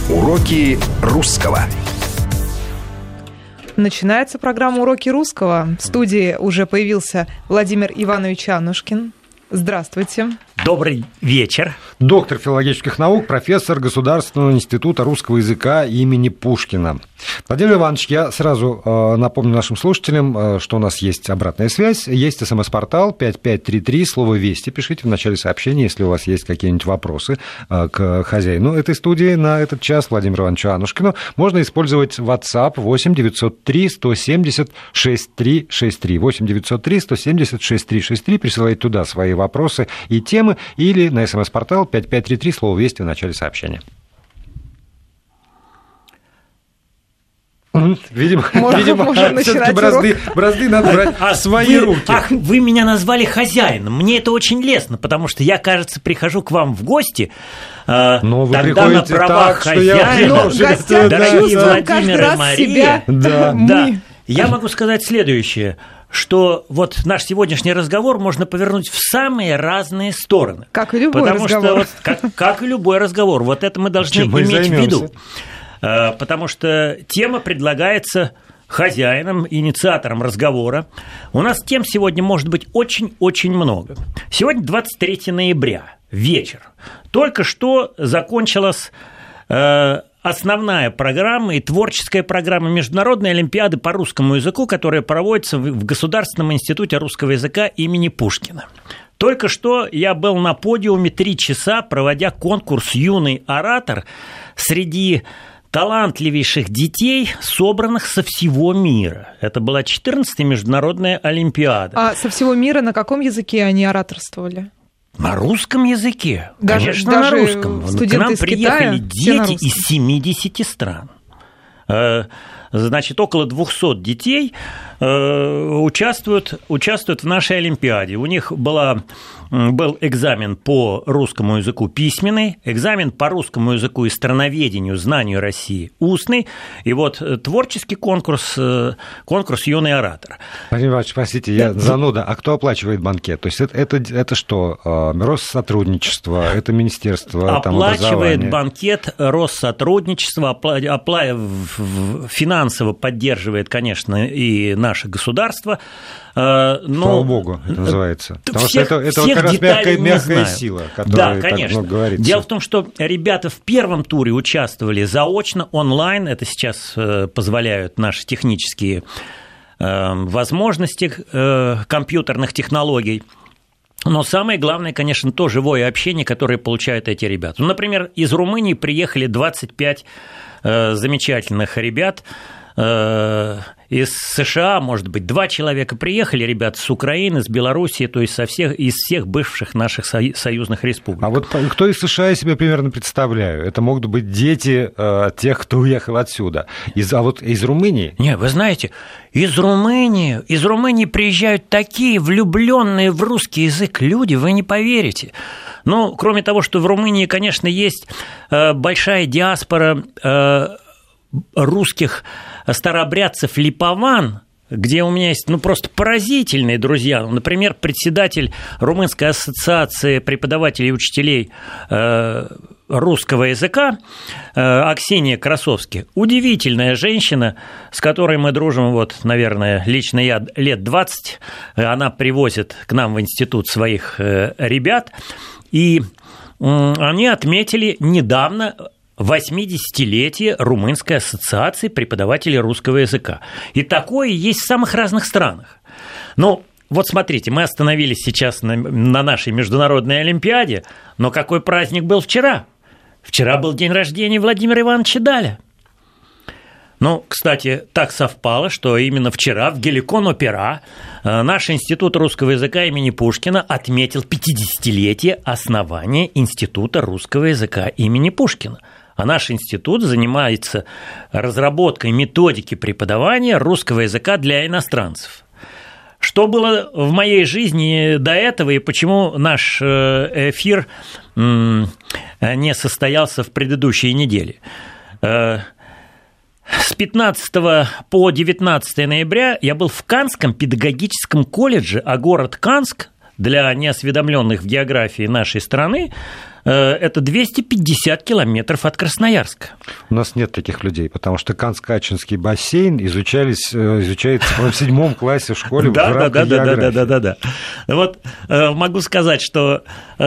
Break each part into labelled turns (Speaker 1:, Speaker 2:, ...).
Speaker 1: Уроки русского.
Speaker 2: Начинается программа «Уроки русского». В студии уже появился Владимир Иванович Анушкин. Здравствуйте.
Speaker 3: Добрый вечер.
Speaker 4: Доктор филологических наук, профессор Государственного института русского языка имени Пушкина. Владимир Иванович, я сразу напомню нашим слушателям, что у нас есть обратная связь, есть СМС-портал 5533, слово «Вести» пишите в начале сообщения, если у вас есть какие-нибудь вопросы к хозяину этой студии на этот час, Владимиру Ивановичу Анушкину. Можно использовать WhatsApp 8 903 170 6363, 8 903 170 6363, присылайте туда свои вопросы и темы, или на СМС-портал 5533, слово «Вести» в начале сообщения. Видимо, все-таки бразды надо брать в свои руки.
Speaker 3: Ах, вы меня назвали хозяином. Мне это очень лестно, потому что я, кажется, прихожу к вам в гости.
Speaker 4: Но вы
Speaker 3: тогда на правах хозяина, дорогие Владимир и Мария, да, я могу сказать следующее, что вот наш сегодняшний разговор можно повернуть в самые разные стороны.
Speaker 2: Как и любой разговор.
Speaker 3: Как и любой разговор. Вот это мы должны иметь в виду. Потому что тема предлагается хозяином, инициатором разговора. У нас тем сегодня может быть очень-очень много. Сегодня 23 ноября, вечер. Только что закончилась основная программа и творческая программа Международной олимпиады по русскому языку, которая проводится в Государственном институте русского языка имени Пушкина. Только что я был на подиуме 3 часа, проводя конкурс «Юный оратор» среди талантливейших детей, собранных со всего мира. Это была 14-я Международная олимпиада. А
Speaker 2: со всего мира на каком языке они ораторствовали?
Speaker 3: На русском языке. Конечно, на русском. К нам приехали дети из 70 стран. Значит, около 200 детей участвуют в нашей олимпиаде. У них был экзамен по русскому языку письменный, экзамен по русскому языку и страноведению, знанию России устный, и вот творческий конкурс «Юный оратор».
Speaker 4: Владимир Иванович, простите, я зануда. А кто оплачивает банкет? То есть это что? Россотрудничество, это министерство
Speaker 3: оплачивает банкет Россотрудничество, финансово поддерживает, конечно, и наше государство. Но
Speaker 4: слава богу, это называется. Потому что это вот как раз мягкая сила, которая так много говорится.
Speaker 3: Дело в том, что ребята в первом туре участвовали заочно, онлайн. Это сейчас позволяют наши технические возможности компьютерных технологий. Но самое главное, конечно, то живое общение, которое получают эти ребята. Ну, например, из Румынии приехали 25 замечательных ребят. Из США, может быть, 2 человека приехали, ребята с Украины, с Белоруссии, то есть из всех бывших наших союзных республик.
Speaker 4: А вот кто из США я себе примерно представляю? Это могут быть дети тех, кто уехал отсюда. А вот из Румынии?
Speaker 3: Не, вы знаете, из Румынии приезжают такие влюбленные в русский язык люди, вы не поверите. Ну, кроме того, что в Румынии, конечно, есть большая диаспора русских старообрядцев Липован, где у меня есть просто поразительные друзья. Например, председатель Румынской ассоциации преподавателей и учителей русского языка Аксения Красовски. Удивительная женщина, с которой мы дружим, наверное, лично я лет 20. Она привозит к нам в институт своих ребят. И они отметили недавно 80-летие Румынской ассоциации преподавателей русского языка. И такое есть в самых разных странах. Ну, вот смотрите, мы остановились сейчас на нашей международной олимпиаде, но какой праздник был вчера? Вчера был день рождения Владимира Ивановича Даля. Ну, кстати, так совпало, что именно вчера в Геликон-Опера наш Институт русского языка имени Пушкина отметил 50-летие основания Института русского языка имени Пушкина. А наш институт занимается разработкой методики преподавания русского языка для иностранцев. Что было в моей жизни до этого и почему наш эфир не состоялся в предыдущей неделе? С 15 по 19 ноября я был в Канском педагогическом колледже, а город Канск, для неосведомленных в географии нашей страны, это 250 километров от Красноярска.
Speaker 4: У нас нет таких людей, потому что Канск-Ачинский бассейн изучается в 7 классе в школе в рамках географии.
Speaker 3: Да. Вот могу сказать, что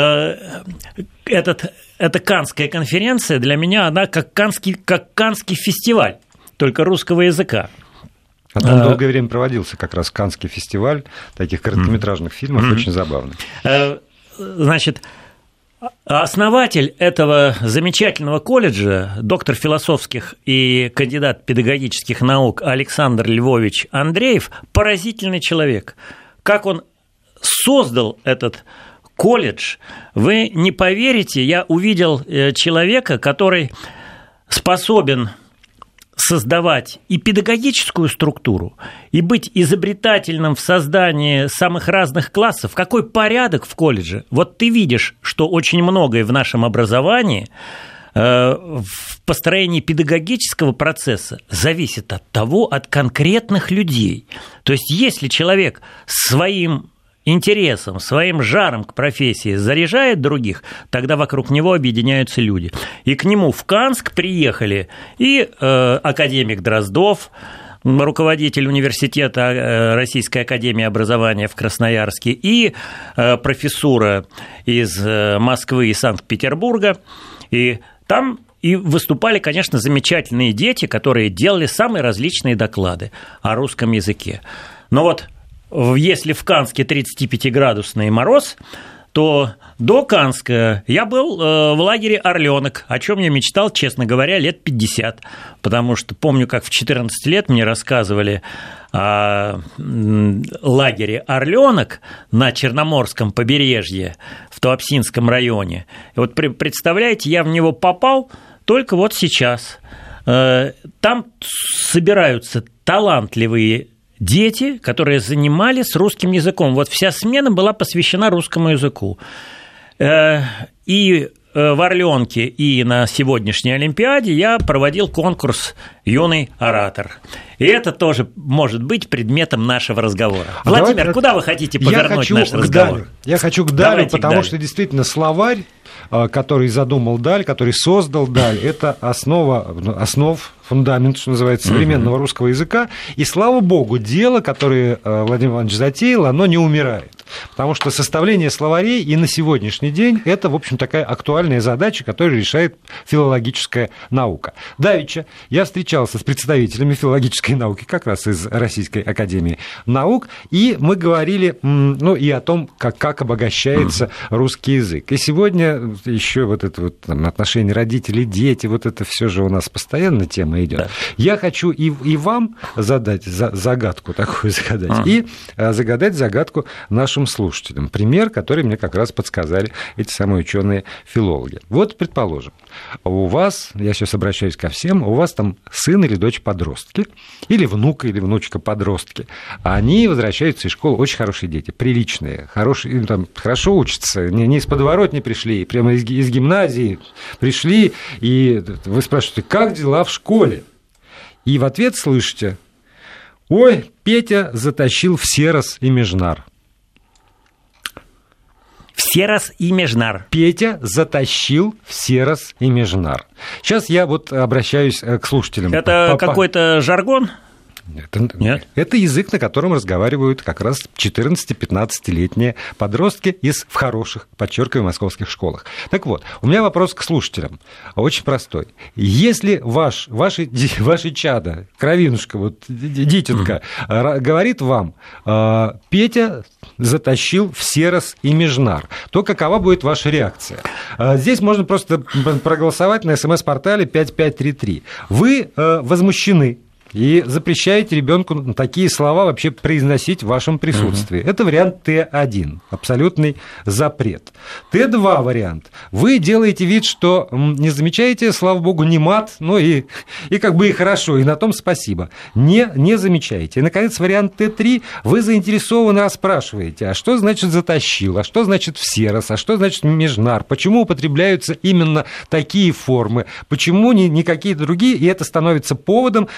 Speaker 3: эта Канская конференция для меня, она как Канский фестиваль, только русского языка.
Speaker 4: А там долгое время проводился как раз Каннский фестиваль таких короткометражных фильмов, очень забавный.
Speaker 3: Значит, основатель этого замечательного колледжа, доктор философских и кандидат педагогических наук Александр Львович Андреев, поразительный человек. Как он создал этот колледж, вы не поверите, я увидел человека, который способен создавать и педагогическую структуру, и быть изобретательным в создании самых разных классов. Какой порядок в колледже? Вот ты видишь, что очень многое в нашем образовании, в построении педагогического процесса зависит от конкретных людей. То есть, если человек своим интересом, своим жаром к профессии заряжает других, тогда вокруг него объединяются люди. И к нему в Канск приехали и академик Дроздов, руководитель университета Российской академии образования в Красноярске, и профессура из Москвы и Санкт-Петербурга. И там и выступали, конечно, замечательные дети, которые делали самые различные доклады о русском языке. Но вот если в Канске 35-градусный мороз, то до Канска я был в лагере «Орленок», о чем я мечтал, честно говоря, лет 50, потому что помню, как в 14 лет мне рассказывали о лагере «Орленок» на Черноморском побережье в Туапсинском районе. И вот представляете, я в него попал только вот сейчас. Там собираются талантливые дети, которые занимались русским языком. Вот вся смена была посвящена русскому языку. И в Орленке, и на сегодняшней Олимпиаде я проводил конкурс «Юный оратор». И это тоже может быть предметом нашего разговора. Владимир, куда вы хотите повернуть наш разговор?
Speaker 4: Я хочу к Далю, потому что действительно словарь, который задумал Даль, который создал Даль, это основ, фундамент, что называется, современного русского языка. И, слава богу, дело, которое Владимир Иванович затеял, оно не умирает. Потому что составление словарей и на сегодняшний день это, в общем, такая актуальная задача, которую решает филологическая наука. Давеча я встречался с представителями филологической науки, как раз из Российской академии наук, и мы говорили и о том, как обогащается русский язык. И сегодня еще вот это вот отношение родителей, дети, вот это все же у нас постоянно тема идет. Да. Я хочу и вам задать загадку такую загадать, и загадать загадку нашим слушателям. Пример, который мне как раз подсказали эти самые ученые-филологи. Вот, предположим, у вас, я сейчас обращаюсь ко всем, у вас там сын или дочь подростки, или внук, или внучка подростки. Они возвращаются из школы, очень хорошие дети, приличные, хорошие, там, хорошо учатся, не из подворотни пришли, прямо из гимназии пришли, и вы спрашиваете, как дела в школе? И в ответ слышите: ой, Петя затащил в Серос и Межнар.
Speaker 3: В Серос и Межнар.
Speaker 4: Петя затащил в Серос и Межнар. Сейчас я вот обращаюсь к слушателям.
Speaker 3: Это какой-то жаргон?
Speaker 4: Нет. Это язык, на котором разговаривают как раз 14-15-летние подростки в хороших, подчеркиваю, московских школах. Так вот, у меня вопрос к слушателям, очень простой. Если ваши чада, кровинушка, вот дитятка, говорит вам: Петя затащил в Серос и Межнар, то какова будет ваша реакция? Здесь можно просто проголосовать на СМС-портале 5533. Вы возмущены и запрещаете ребенку такие слова вообще произносить в вашем присутствии. Это вариант Т1, абсолютный запрет. Т2 вариант. Вы делаете вид, что не замечаете, слава богу, не мат, ну и как бы и хорошо, и на том спасибо. Не замечаете. И, наконец, вариант Т3. Вы заинтересованно спрашиваете: а что значит затащил, а что значит в Серос, а что значит Межнар, почему употребляются именно такие формы, почему не какие-то другие, и это становится поводом для вашего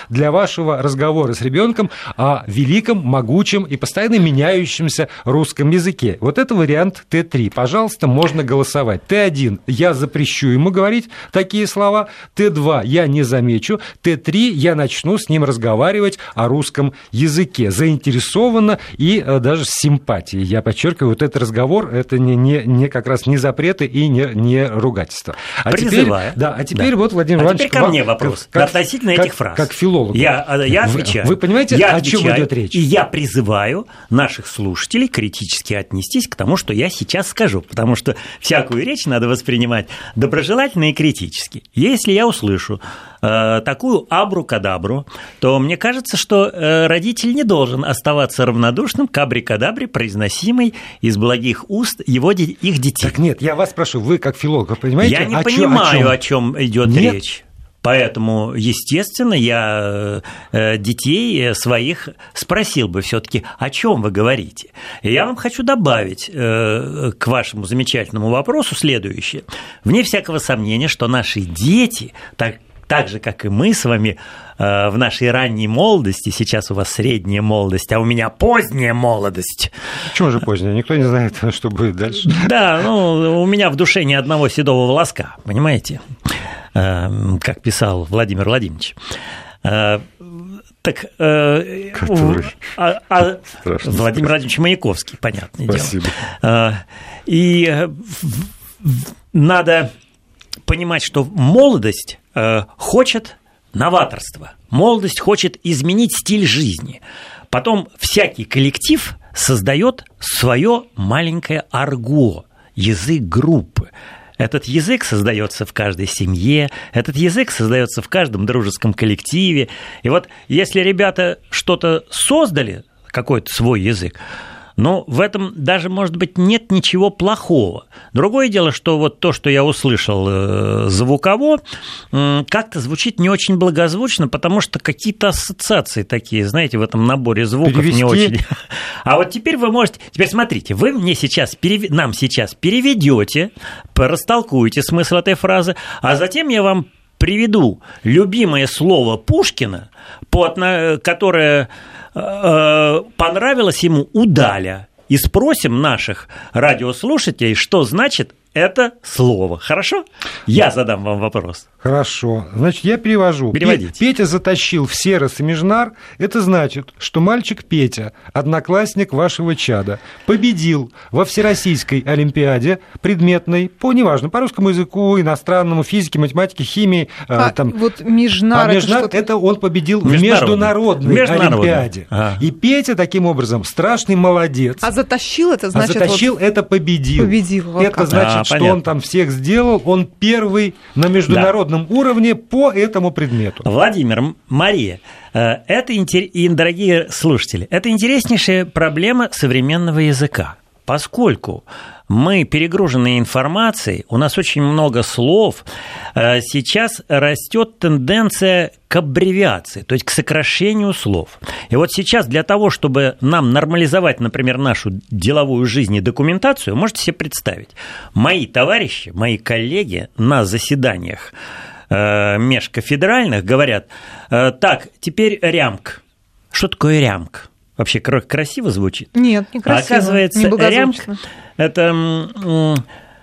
Speaker 4: вашего разговора с ребенком о великом, могучем и постоянно меняющемся русском языке. Вот это вариант Т3. Пожалуйста, можно голосовать. Т1 – я запрещу ему говорить такие слова. Т2 – я не замечу. Т3 – я начну с ним разговаривать о русском языке. Заинтересованно и даже с симпатией. Я подчеркиваю, вот этот разговор – это не как раз не запреты и не ругательства.
Speaker 3: Призываю.
Speaker 4: Теперь вот, Владимир Иванович...
Speaker 3: теперь ко мне вопрос относительно этих фраз.
Speaker 4: Как филолог.
Speaker 3: Я отвечаю.
Speaker 4: Вы понимаете, о чем идет речь?
Speaker 3: И я призываю наших слушателей критически отнестись к тому, что я сейчас скажу, потому что всякую речь надо воспринимать доброжелательно и критически. Если я услышу такую абру-кадабру, то мне кажется, что родитель не должен оставаться равнодушным к абрикадабре, произносимой из благих уст их детей.
Speaker 4: Так нет, я вас прошу, вы как филолог, вы понимаете,
Speaker 3: я не понимаю, о чем идет речь. Поэтому, естественно, я детей своих спросил бы все-таки, о чем вы говорите. И я вам хочу добавить к вашему замечательному вопросу следующее. Вне всякого сомнения, что наши дети, так же, как и мы с вами в нашей ранней молодости, сейчас у вас средняя молодость, а у меня поздняя молодость.
Speaker 4: Почему же поздняя? Никто не знает, что будет дальше.
Speaker 3: Да, у меня в душе ни одного седого волоска, понимаете? Как писал Владимир Владимирович. Владимир Владимирович Маяковский, понятное
Speaker 4: Спасибо.
Speaker 3: дело. И надо понимать, что молодость хочет новаторства, молодость хочет изменить стиль жизни. Потом всякий коллектив создает свое маленькое арго, язык группы. Этот язык создается в каждой семье, этот язык создается в каждом дружеском коллективе. И вот если ребята что-то создали, какой-то свой язык, но в этом даже, может быть, нет ничего плохого. Другое дело, что вот то, что я услышал звуково, как-то звучит не очень благозвучно, потому что какие-то ассоциации такие, знаете, в этом наборе звуков перевести. Не очень. А вот теперь вы можете... Теперь смотрите, вы нам сейчас переведете, растолкуете смысл этой фразы, а затем я вам приведу любимое слово Пушкина, которое понравилось ему у Даля, и спросим наших радиослушателей, что значит это слово. Хорошо? Я задам вам вопрос.
Speaker 4: Хорошо. Значит, я перевожу.
Speaker 3: Переводите.
Speaker 4: Петя затащил в Серос и Межнар. Это значит, что мальчик Петя, одноклассник вашего чада, победил во Всероссийской Олимпиаде предметной, неважно, по русскому языку, иностранному, физике, математике, химии.
Speaker 2: Вот Межнар,
Speaker 4: это он победил в международной Олимпиаде.
Speaker 3: Ага.
Speaker 4: И Петя, таким образом, страшный молодец.
Speaker 2: А затащил это значит...
Speaker 4: это победил. Это значит, что он там всех сделал, он первый на международном уровне по этому предмету.
Speaker 3: Владимир, Мария, и дорогие слушатели, это интереснейшая проблема современного языка, поскольку мы перегружены информацией, у нас очень много слов, сейчас растет тенденция к аббревиации, то есть к сокращению слов. И вот сейчас для того, чтобы нам нормализовать, например, нашу деловую жизнь и документацию, можете себе представить, мои товарищи, мои коллеги на заседаниях межкафедральных говорят, так, теперь рямк. Что такое рямк? Вообще красиво звучит?
Speaker 2: Нет, не красиво.
Speaker 3: Оказывается, рямк – это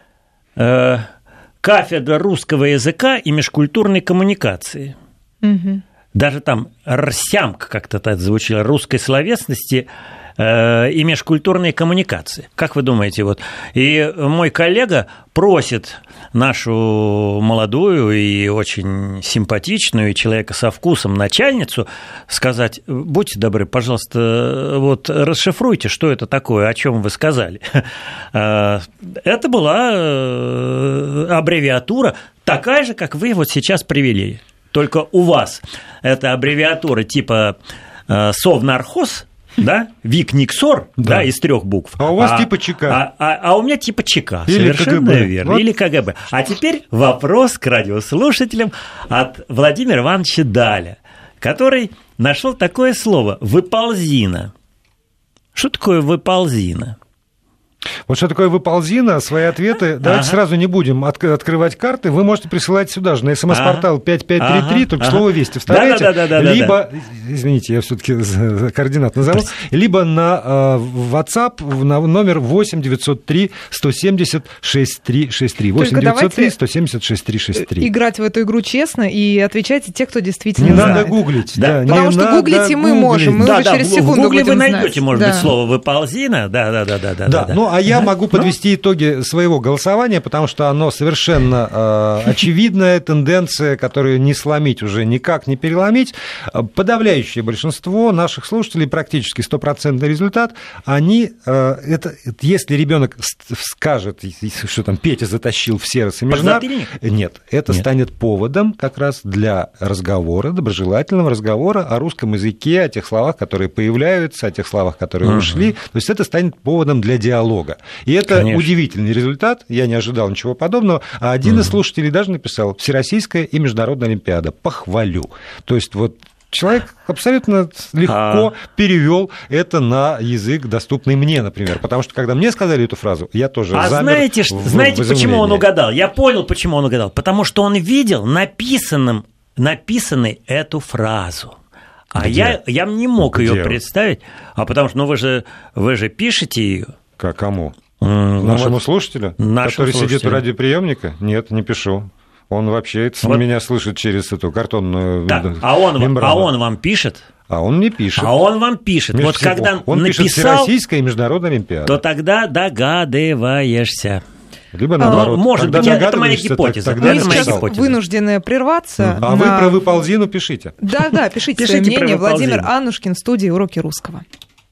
Speaker 3: кафедра русского языка и межкультурной коммуникации.
Speaker 2: Угу.
Speaker 3: Даже там рсямк как-то так звучало, русской словесности и межкультурной коммуникации. Как вы думаете? Вот. И мой коллега просит нашу молодую и очень симпатичную, и человека со вкусом начальницу сказать, будьте добры, пожалуйста, вот расшифруйте, что это такое, о чем вы сказали. Это была аббревиатура такая же, как вы вот сейчас привели. Только у вас это аббревиатура типа Совнархоз, да, Викниксор, да, из 3 букв.
Speaker 4: А у вас типа ЧК.
Speaker 3: А у меня типа ЧК,
Speaker 4: или
Speaker 3: совершенно
Speaker 4: КГБ.
Speaker 3: верно.
Speaker 4: Вот.
Speaker 3: Или КГБ. А теперь вопрос к радиослушателям от Владимира Ивановича Даля, который нашел такое слово «выползина». Что такое «выползина»?
Speaker 4: Вот что такое выползина, свои ответы. Давайте сразу не будем открывать карты. Вы можете присылать сюда же на СМС-портал 5533, только слово «Вести» вставляете. Либо, извините, я все-таки координат назову, либо на WhatsApp на номер 8 903 170 6363. 8 903 170 6363.
Speaker 2: Играть в эту игру честно и отвечайте те, кто действительно
Speaker 4: не
Speaker 2: знает.
Speaker 4: Надо гуглить.
Speaker 2: Да. Потому что гуглить и мы можем. Мы уже через секунду будем знать.
Speaker 3: В гугле вы найдете, может быть, слово «выползина». Да.
Speaker 4: Ну, а я могу подвести итоги своего голосования, потому что оно совершенно очевидная тенденция, которую не сломить уже никак, не переломить. Подавляющее большинство наших слушателей, практически 100% результат, они, если ребенок скажет, что там Петя затащил в сердце Межнар, нет, это станет поводом как раз для разговора, доброжелательного разговора о русском языке, о тех словах, которые появляются, о тех словах, которые ушли. То есть это станет поводом для диалога. И это удивительный результат, я не ожидал ничего подобного. А один из слушателей даже написал: «Всероссийская и международная олимпиада. Похвалю». То есть вот человек абсолютно легко перевел это на язык, доступный мне, например. Потому что, когда мне сказали эту фразу, я тоже замер.
Speaker 3: Знаете, почему он угадал? Я понял, почему он угадал. Потому что он видел написанной эту фразу. А я не мог ее представить. А потому что вы же пишете ее.
Speaker 4: Кому? Нашему слушателю? Который сидит у радиоприемника? Нет, не пишу. Он вообще меня слышит через эту картонную мембрану.
Speaker 3: А он вам пишет?
Speaker 4: А он мне пишет.
Speaker 3: А он вам пишет. Вот когда
Speaker 4: он
Speaker 3: написал,
Speaker 4: пишет «Всероссийская и международная олимпиада»,
Speaker 3: то тогда догадываешься.
Speaker 4: Либо наоборот.
Speaker 3: Может быть, это моя гипотеза.
Speaker 2: Мы сейчас вынуждены прерваться.
Speaker 4: А вы про выползину пишите.
Speaker 2: Да, пишите свое мнение. Владимир Аннушкин, студия «Уроки русского».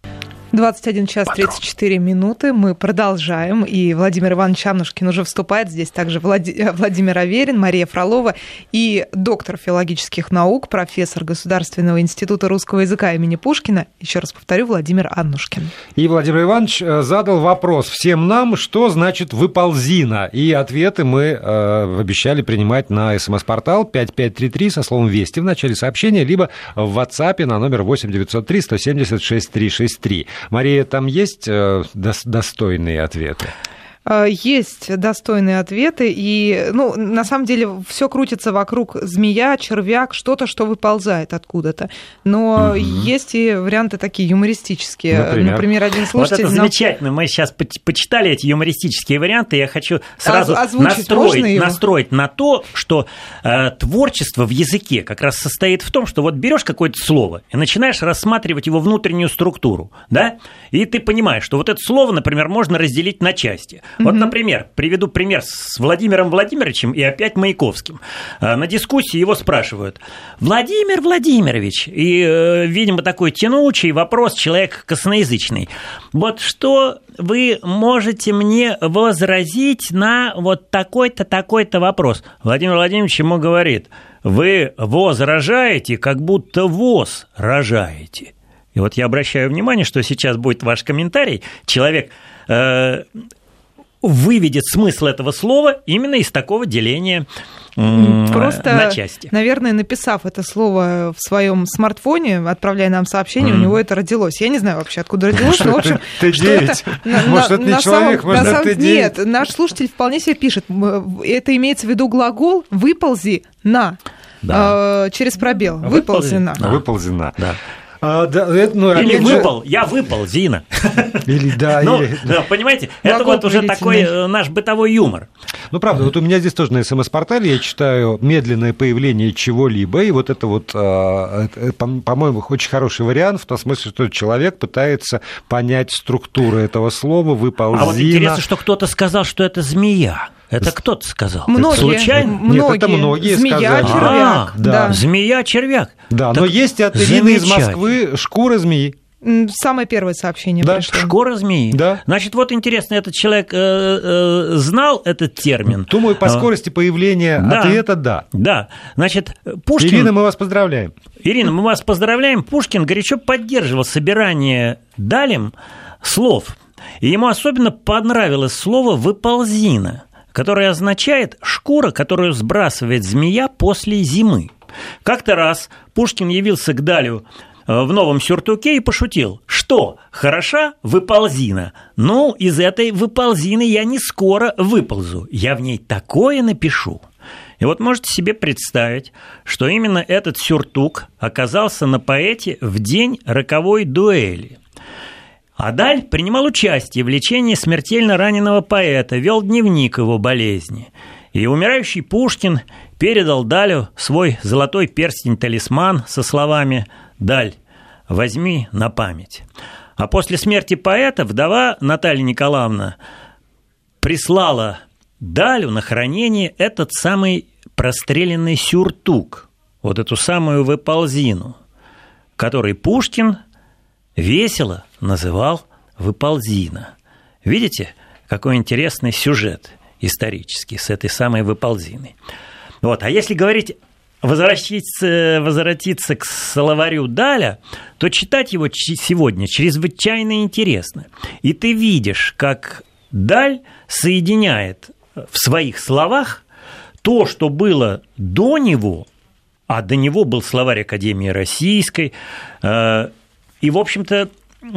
Speaker 2: 21 час 34 минуты. Мы продолжаем. И Владимир Иванович Аннушкин уже вступает. Здесь также Владимир Аверин, Мария Фролова и доктор филологических наук, профессор Государственного института русского языка имени Пушкина. Еще раз повторю, Владимир Аннушкин.
Speaker 4: И Владимир Иванович задал вопрос всем нам, что значит «выползина». И ответы мы обещали принимать на СМС-портал 5533 со словом «Вести» в начале сообщения, либо в WhatsApp на номер 8 903 170 6363. Мария, там есть достойные ответы?
Speaker 2: Есть достойные ответы, и, на самом деле, все крутится вокруг змея, червяк, что-то, что выползает откуда-то. Но есть и варианты такие юмористические. Например, один слушатель...
Speaker 3: Вот это замечательно. Мы сейчас почитали эти юмористические варианты. Я хочу сразу настроить на то, что творчество в языке как раз состоит в том, что вот берешь какое-то слово и начинаешь рассматривать его внутреннюю структуру, да? И ты понимаешь, что вот это слово, например, можно разделить на части. Вот, например, приведу пример с Владимиром Владимировичем и опять Маяковским. На дискуссии его спрашивают: Владимир Владимирович, и, видимо, такой тянучий вопрос, человек косноязычный. Вот что вы можете мне возразить на вот такой-то, такой-то вопрос? Владимир Владимирович ему говорит: вы возражаете, как будто воз рожаете. И вот я обращаю внимание, что сейчас будет ваш комментарий. Человек выведет смысл этого слова именно из такого деления на части.
Speaker 2: Наверное, написав это слово в своем смартфоне, отправляя нам сообщение, у него это родилось. Я не знаю вообще, откуда родилось, но, в общем,
Speaker 4: что это... Может, это не человек, может, это Т9.
Speaker 2: Нет, наш слушатель вполне себе пишет. Это имеется в виду глагол «выползи на», через пробел. «Выползи на».
Speaker 4: «Выползи на».
Speaker 3: Да. Или выпал, я выпал, Зина. Понимаете, это вот уже такой наш бытовой юмор.
Speaker 4: Ну, правда, вот у меня здесь тоже на СМС-портале я читаю медленное появление чего-либо, и вот это вот, по-моему, очень хороший вариант, в том смысле, что человек пытается понять структуру этого слова, выползина.
Speaker 3: А вот интересно, что кто-то сказал, что это змея. Это кто-то сказал.
Speaker 2: Многие.
Speaker 3: Случайно?
Speaker 4: Нет, это многие
Speaker 2: змея,
Speaker 4: сказали.
Speaker 2: Червяк.
Speaker 4: Да.
Speaker 3: Змея, червяк.
Speaker 4: Да, но есть от Ирины из Москвы «Шкура змеи».
Speaker 2: Самое первое сообщение пришло.
Speaker 3: Шкура змеи.
Speaker 4: Да.
Speaker 3: Значит, вот интересно, этот человек знал этот термин.
Speaker 4: Думаю, по скорости появления ответа «да».
Speaker 3: Да. Значит, Пушкин...
Speaker 4: Ирина, мы вас поздравляем.
Speaker 3: Ирина, мы вас поздравляем. Пушкин горячо поддерживал собирание далем слов. И ему особенно понравилось слово «выползина», которое означает «шкура, которую сбрасывает змея после зимы». Как-то раз Пушкин явился к Далю в новом сюртуке и пошутил, что хороша выползина. Ну, из этой выползины я не скоро выползу, я в ней такое напишу. И вот можете себе представить, что именно этот сюртук оказался на поэте в день роковой дуэли. А Даль принимал участие в лечении смертельно раненого поэта, вел дневник его болезни. И умирающий Пушкин передал Далю свой золотой перстень-талисман со словами «Даль, возьми на память». А после смерти поэта вдова Наталья Николаевна прислала Далю на хранение этот самый простреленный сюртук, вот эту самую выползину, который Пушкин весело называл выползина. Видите, какой интересный сюжет исторический с этой самой выползиной. Вот. А если говорить, возвратиться к словарю Даля, то читать его сегодня чрезвычайно интересно. И ты видишь, как Даль соединяет в своих словах то, что было до него, а до него был словарь Академии Российской, и, в общем-то,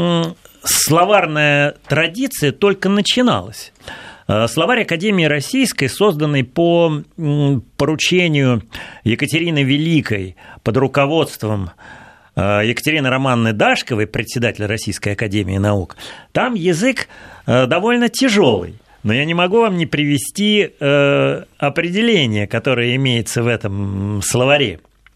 Speaker 3: словарная традиция только начиналась. Словарь Академии Российской, созданный по поручению Екатерины Великой под руководством Екатерины Романовны Дашковой, председателя Российской Академии Наук, там язык довольно тяжелый. Но я не могу вам не привести определение, которое имеется в этом словаре.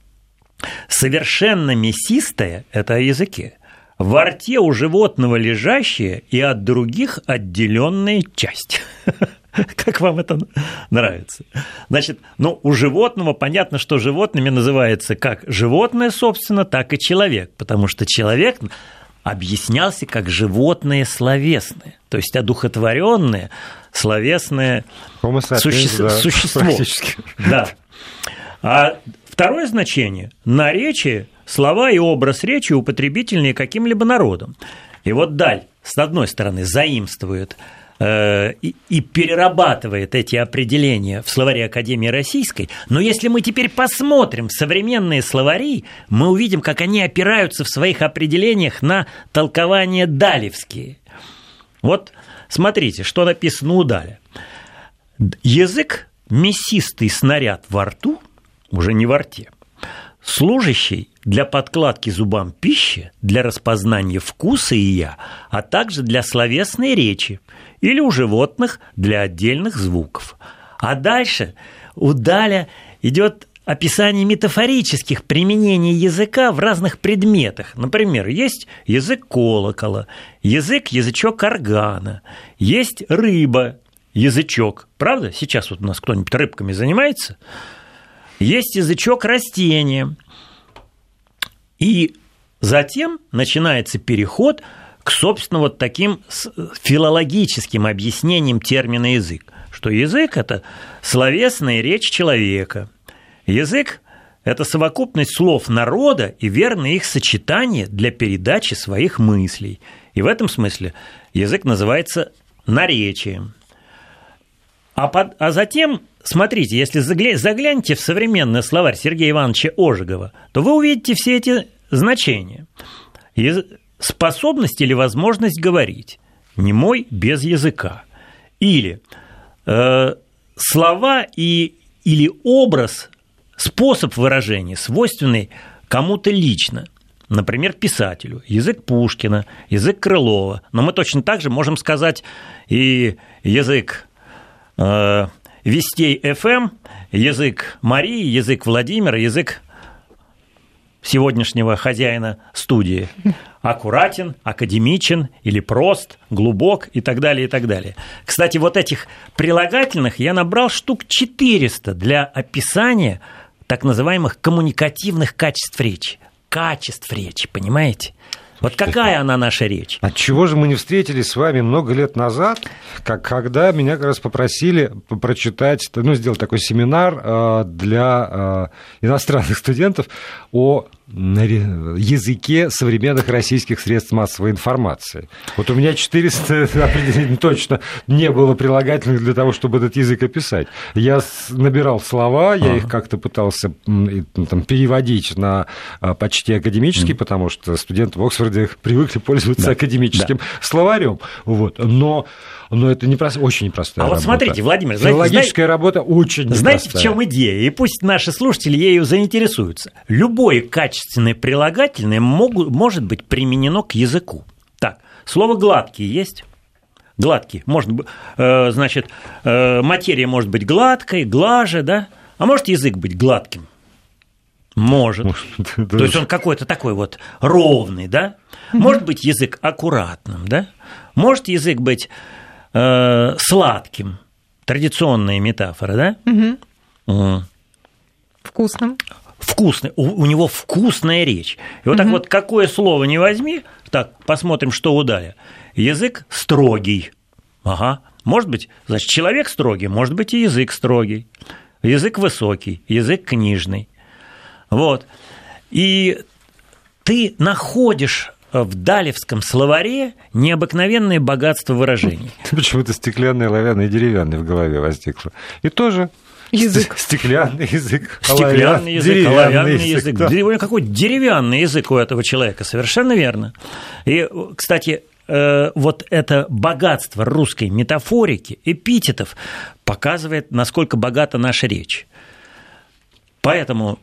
Speaker 3: Совершенно мясистое – это о языке. Во рте у животного лежащая и от других отделенная часть. Как вам это нравится? Значит, у животного понятно, что животными называется как животное, собственно, так и человек, потому что человек объяснялся как животное словесное, то есть одухотворенное словесное существо. Да. А второе значение – наречие, слова и образ речи, употребительные каким-либо народом. И вот Даль, с одной стороны, заимствует и перерабатывает эти определения в словаре Академии Российской, но если мы теперь посмотрим современные словари, мы увидим, как они опираются в своих определениях на толкования далевские. Вот смотрите, что написано у Даля. Язык – мясистый снаряд во рту, уже не во рте, служащий для подкладки зубам пищи, для распознания вкуса и я, а также для словесной речи или у животных для отдельных звуков. А дальше у Даля идет описание метафорических применений языка в разных предметах. Например, есть язык колокола, язычок органа, есть рыба, язычок. Правда? Сейчас вот у нас кто-нибудь рыбками занимается? Есть язычок растения. И затем начинается переход к, собственно, вот таким филологическим объяснениям термина «язык». Что язык – это словесная речь человека. Язык – это совокупность слов народа и верное их сочетание для передачи своих мыслей. И в этом смысле язык называется наречием. А затем, смотрите, если заглянете в современный словарь Сергея Ивановича Ожегова, то вы увидите все эти значения. Способность или возможность говорить, немой без языка. Или слова или образ, способ выражения, свойственный кому-то лично. Например, писателю. Язык Пушкина, язык Крылова. Но мы точно так же можем сказать и язык Вестей ФМ, язык Марии, язык Владимира, язык сегодняшнего хозяина студии. Аккуратен, академичен или прост, глубок и так далее, и так далее. Кстати, вот этих прилагательных я набрал штук 400 для описания так называемых коммуникативных качеств речи. Качеств речи, понимаете? Вот какая она наша речь?
Speaker 4: Отчего же мы не встретились с вами много лет назад, когда меня как раз попросили прочитать, сделать такой семинар для иностранных студентов о языке современных российских средств массовой информации. Вот у меня 400 определений точно не было прилагательных для того, чтобы этот язык описать. Я набирал слова, я их как-то пытался там переводить на почти академический, потому что студенты в Оксфорде привыкли пользоваться академическим словарем. Вот. Но это очень непростая работа.
Speaker 3: Вот смотрите, Владимир,
Speaker 4: филологическая работа очень непростая.
Speaker 3: Знаете, в чем идея? И пусть наши слушатели ею заинтересуются. Любое качественное прилагательное может быть применено к языку. Так, слово «гладкий» есть? Гладкий. Значит, материя может быть гладкой, глаже, да? А может язык быть гладким? Может. То есть он какой-то такой вот ровный, да? Может быть язык аккуратным, да? Может язык быть сладким. Традиционная метафора, да?
Speaker 2: Вкусным.
Speaker 3: Вкусный. У него вкусная речь. И вот так вот, какое слово не возьми, так, посмотрим, что у Дали. Язык строгий. Ага. Может быть, значит, человек строгий, может быть, и язык строгий. Язык высокий, язык книжный. Вот. И ты находишь в далевском словаре необыкновенное богатство выражений.
Speaker 4: Почему-то стеклянный, оловянный и деревянный в голове возникло. И тоже
Speaker 2: язык.
Speaker 4: Стеклянный язык,
Speaker 3: стеклянный язык, оловянный язык.
Speaker 4: Да.
Speaker 3: Какой деревянный язык у этого человека, совершенно верно. И, кстати, вот это богатство русской метафорики, эпитетов показывает, насколько богата наша речь. Поэтому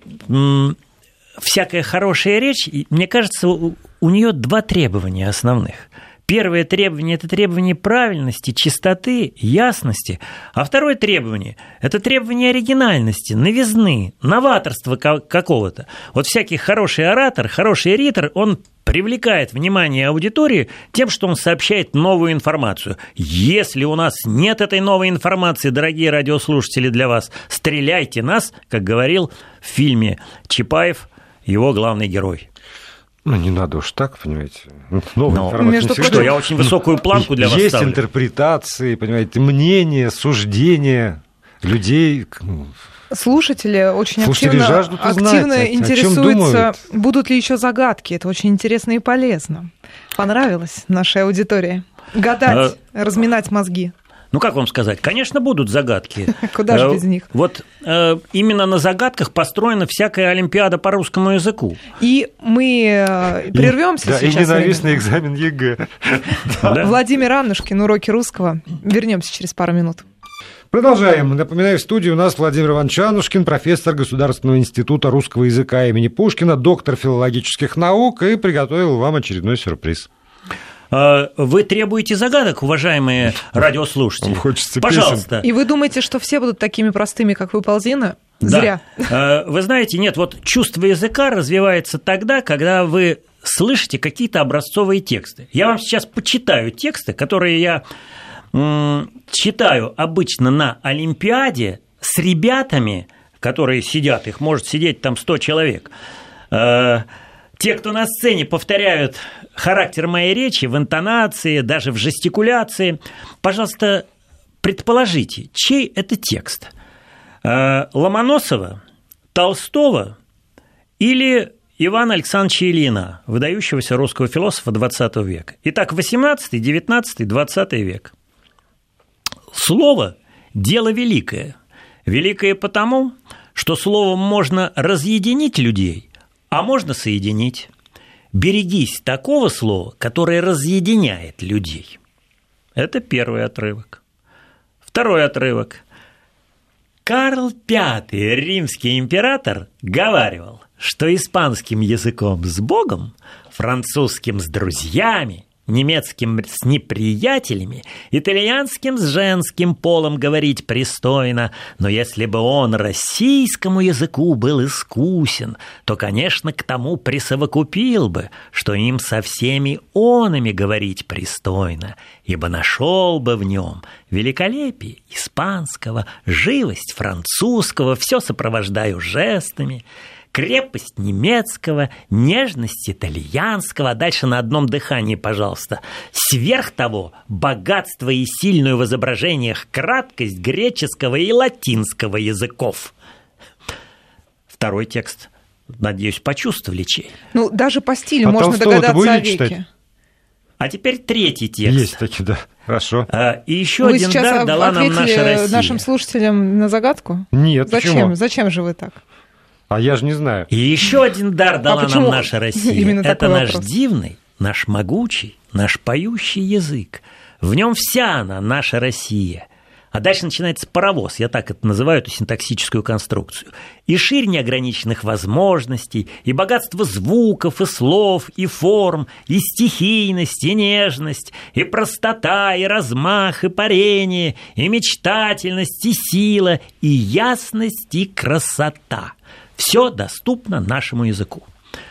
Speaker 3: всякая хорошая речь, мне кажется, у нее два требования основных. Первое требование – это требование правильности, чистоты, ясности. А второе требование – это требование оригинальности, новизны, новаторства какого-то. Вот всякий хороший оратор, хороший ритор, он привлекает внимание аудитории тем, что он сообщает новую информацию. Если у нас нет этой новой информации, дорогие радиослушатели, для вас, стреляйте нас, как говорил в фильме Чапаев, его главный герой.
Speaker 4: Ну, не надо уж так, понимаете.
Speaker 2: Между прочим,
Speaker 3: я очень высокую планку для вас ставлю.
Speaker 4: Есть интерпретации, понимаете, мнения, суждения людей.
Speaker 2: Слушатели очень активно интересуются, будут ли еще загадки. Это очень интересно и полезно. Понравилось нашей аудитории. Гадать, разминать мозги.
Speaker 3: Ну, как вам сказать? Конечно, будут загадки.
Speaker 2: Куда же без них?
Speaker 3: Вот именно на загадках построена всякая олимпиада по русскому языку.
Speaker 2: И мы прервемся сейчас.
Speaker 4: И ненавистный экзамен ЕГЭ.
Speaker 2: Владимир Аннушкин, уроки русского. Вернемся через пару минут.
Speaker 4: Продолжаем. Напоминаю, в студии у нас Владимир Иванович Аннушкин, профессор Государственного института русского языка имени Пушкина, доктор филологических наук, и приготовил вам очередной сюрприз.
Speaker 3: Вы требуете загадок, уважаемые радиослушатели?
Speaker 4: Хочется
Speaker 3: пожалуйста.
Speaker 2: И вы думаете, что все будут такими простыми, как вы, Ползина? Зря.
Speaker 3: Да. Вы знаете, нет, вот чувство языка развивается тогда, когда вы слышите какие-то образцовые тексты. Я вам сейчас почитаю тексты, которые я читаю обычно на Олимпиаде с ребятами, которые сидят, их может сидеть там 100 человек. Те, кто на сцене повторяют характер моей речи в интонации, даже в жестикуляции, пожалуйста, предположите, чей это текст? Ломоносова, Толстого или Ивана Александровича Ильина, выдающегося русского философа XX века? Итак, 18, 19, 20 век. Слово – дело великое. Великое потому, что словом можно разъединить людей, а можно соединить. Берегись такого слова, которое разъединяет людей. Это первый отрывок. Второй отрывок. Карл V, римский император, говаривал, что испанским языком с Богом, французским с друзьями, немецким с неприятелями, итальянским с женским полом говорить пристойно, но если бы он российскому языку был искусен, то, конечно, к тому присовокупил бы, что им со всеми онами говорить пристойно, ибо нашел бы в нем великолепие испанского, живость французского, все сопровождаю жестами, крепость немецкого, нежность итальянского, а дальше на одном дыхании, пожалуйста. Сверх того, богатство и сильную в изображениях краткость греческого и латинского языков. Второй текст надеюсь, почувствовали чей.
Speaker 2: Ну, даже по стилю можно догадаться о веке. Читать?
Speaker 3: А теперь третий текст.
Speaker 4: Есть такие, да. Хорошо.
Speaker 3: И еще один дар дала нам наша Россия.
Speaker 2: Нашим слушателям на загадку?
Speaker 4: Нет, почему?
Speaker 2: Зачем же вы так?
Speaker 4: А я же не знаю.
Speaker 3: И еще один дар дала нам наша Россия. Это наш дивный, наш могучий, наш поющий язык. В нем вся она, наша Россия. А дальше начинается паровоз, я так это называю, эту синтаксическую конструкцию. И ширь неограниченных возможностей, и богатство звуков, и слов, и форм, и стихийность, и нежность, и простота, и размах, и парение, и мечтательность, и сила, и ясность, и красота. Все доступно нашему языку.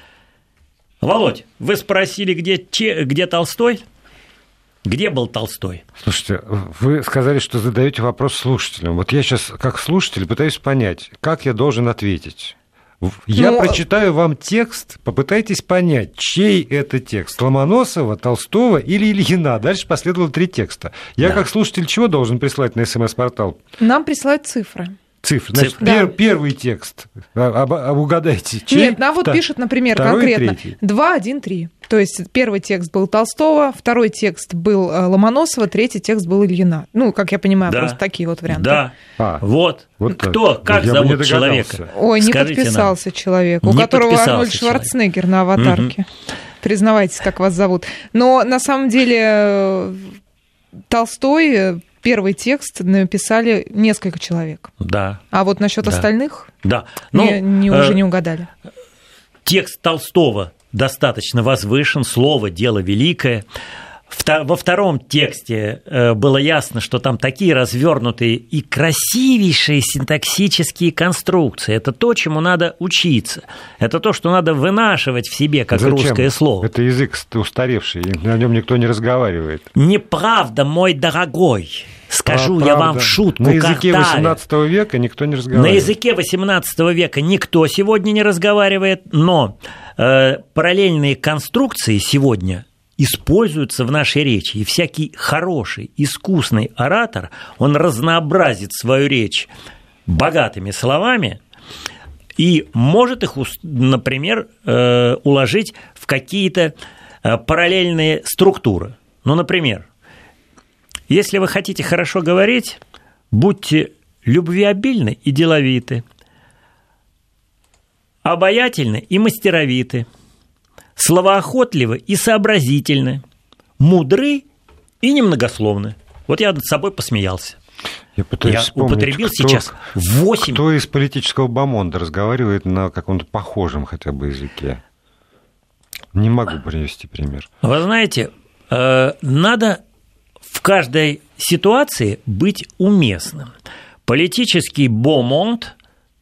Speaker 3: Володь, вы спросили, где Толстой? Где был Толстой?
Speaker 4: Слушайте, вы сказали, что задаете вопрос слушателям. Вот я сейчас, как слушатель, пытаюсь понять, как я должен ответить. Я прочитаю вам текст, попытайтесь понять, чей это текст. Ломоносова, Толстого или Ильина. Дальше последовало 3 текста. Я как слушатель чего должен прислать на СМС-портал?
Speaker 2: Нам присылают цифры.
Speaker 4: Значит, первый текст. Угадайте, чей?
Speaker 2: Нет, нам вот пишет, например, конкретно 2, 1, 3. То есть первый текст был Толстого, второй текст был Ломоносова, третий текст был Ильина. Ну, как я понимаю, просто такие вот варианты.
Speaker 3: Да, вот кто, как зовут человека?
Speaker 2: Ой, не подписался человек, у которого Арнольд Шварценеггер на аватарке. Признавайтесь, как вас зовут. Но на самом деле Толстой... Первый текст написали несколько человек.
Speaker 3: Да.
Speaker 2: А вот насчет остальных
Speaker 3: уже
Speaker 2: не угадали.
Speaker 3: Текст Толстого достаточно возвышен, слово – дело великое. Во втором тексте было ясно, что там такие развернутые и красивейшие синтаксические конструкции. Это то, чему надо учиться. Это то, что надо вынашивать в себе, как русское слово.
Speaker 4: Это язык устаревший, на нем никто не разговаривает.
Speaker 3: Неправда, мой дорогой. Скажу я вам в шутку.
Speaker 4: На языке XVIII века никто не разговаривает.
Speaker 3: На языке XVIII века никто сегодня не разговаривает, но параллельные конструкции сегодня используются в нашей речи. И всякий хороший, искусный оратор, он разнообразит свою речь богатыми словами и может их, например, уложить в какие-то параллельные структуры. Ну, например, если вы хотите хорошо говорить, будьте любвеобильны и деловиты, обаятельны и мастеровиты, словоохотливы и сообразительны, мудры и немногословны. Вот я над собой посмеялся.
Speaker 4: Я
Speaker 3: употребил сейчас 8...
Speaker 4: Кто из политического бомонда разговаривает на каком-то похожем хотя бы языке? Не могу привести пример.
Speaker 3: Вы знаете, надо в каждой ситуации быть уместным. Политический бомонд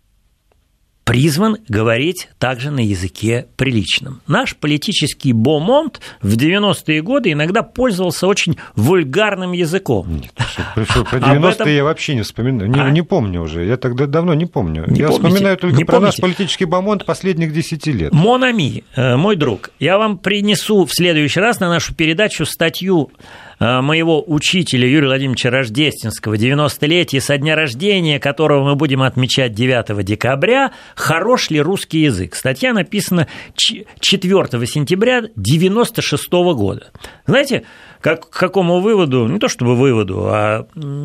Speaker 3: призван говорить также на языке приличном. Наш политический бомонд в 90-е годы иногда пользовался очень вульгарным языком.
Speaker 4: Нет, про 90-е я вообще не вспоминаю, не помню уже, я тогда давно не помню. Я вспоминаю только про наш политический бомонд последних 10 лет.
Speaker 3: Мон ами, мой друг, я вам принесу в следующий раз на нашу передачу статью моего учителя Юрия Владимировича Рождественского, 90-летие со дня рождения, которого мы будем отмечать 9 декабря, «Хорош ли русский язык?». Статья написана 4 сентября 1996 года. Знаете, к какому выводу, не то чтобы выводу, а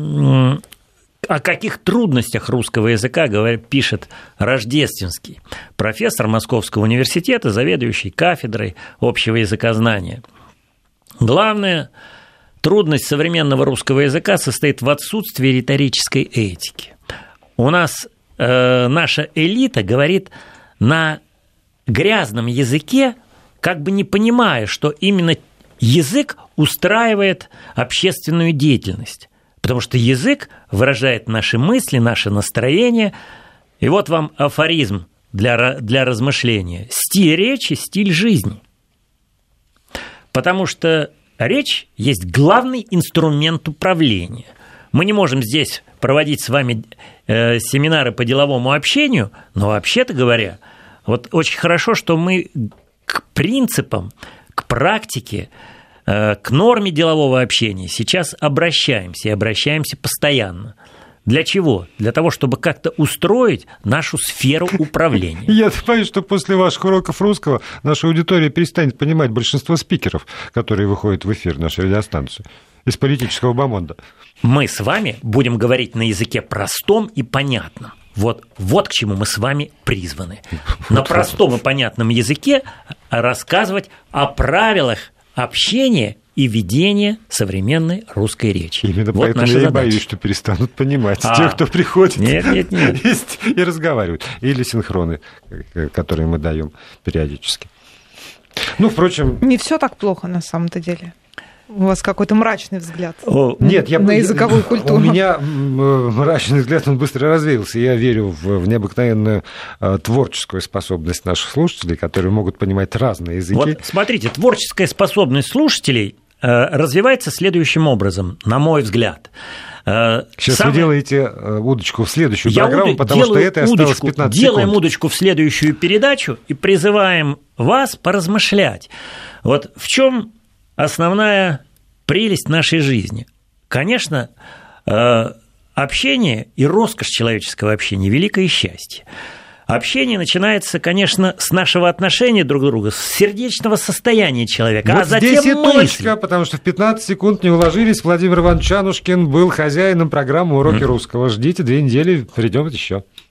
Speaker 3: о каких трудностях русского языка пишет Рождественский, профессор Московского университета, заведующий кафедрой общего языкознания. Главное... Трудность современного русского языка состоит в отсутствии риторической этики. У нас наша элита говорит на грязном языке, как бы не понимая, что именно язык устраивает общественную деятельность. Потому что язык выражает наши мысли, наше настроение. И вот вам афоризм для размышления. Стиль речи – стиль жизни. Потому что речь есть главный инструмент управления. Мы не можем здесь проводить с вами семинары по деловому общению, но вообще-то говоря, вот очень хорошо, что мы к принципам, к практике, к норме делового общения сейчас обращаемся, и обращаемся постоянно. Для чего? Для того, чтобы как-то устроить нашу сферу управления.
Speaker 4: Я боюсь, что после ваших уроков русского наша аудитория перестанет понимать большинство спикеров, которые выходят в эфир нашей радиостанции из политического бомонда.
Speaker 3: Мы с вами будем говорить на языке простом и понятном. Вот к чему мы с вами призваны. На простом и понятном языке рассказывать о правилах общения и ведения современной русской речи.
Speaker 4: Именно вот поэтому я и боюсь, что перестанут понимать те, кто приходит и разговаривают. Или синхроны, которые мы даем периодически. Ну, впрочем...
Speaker 2: Не все так плохо на самом-то деле. У вас какой-то мрачный взгляд
Speaker 4: Нет,
Speaker 2: на языковую культуру.
Speaker 4: У меня мрачный взгляд, он быстро развеялся. Я верю в необыкновенную творческую способность наших слушателей, которые могут понимать разные языки.
Speaker 3: Вот смотрите, творческая способность слушателей развивается следующим образом, на мой взгляд.
Speaker 4: Сейчас вы делаете удочку в следующую программу, потому что это осталось 15 секунд.
Speaker 3: Делаем удочку в следующую передачу и призываем вас поразмышлять. Вот в чем основная прелесть нашей жизни? Конечно, общение и роскошь человеческого общения – великое счастье. Общение начинается, конечно, с нашего отношения друг к другу, с сердечного состояния человека,
Speaker 4: вот
Speaker 3: а затем
Speaker 4: здесь и
Speaker 3: мысли.
Speaker 4: точка, потому что в 15 секунд не уложились. Владимир Иванович Анушкин был хозяином программы «Уроки русского». Ждите 2 недели, придем еще.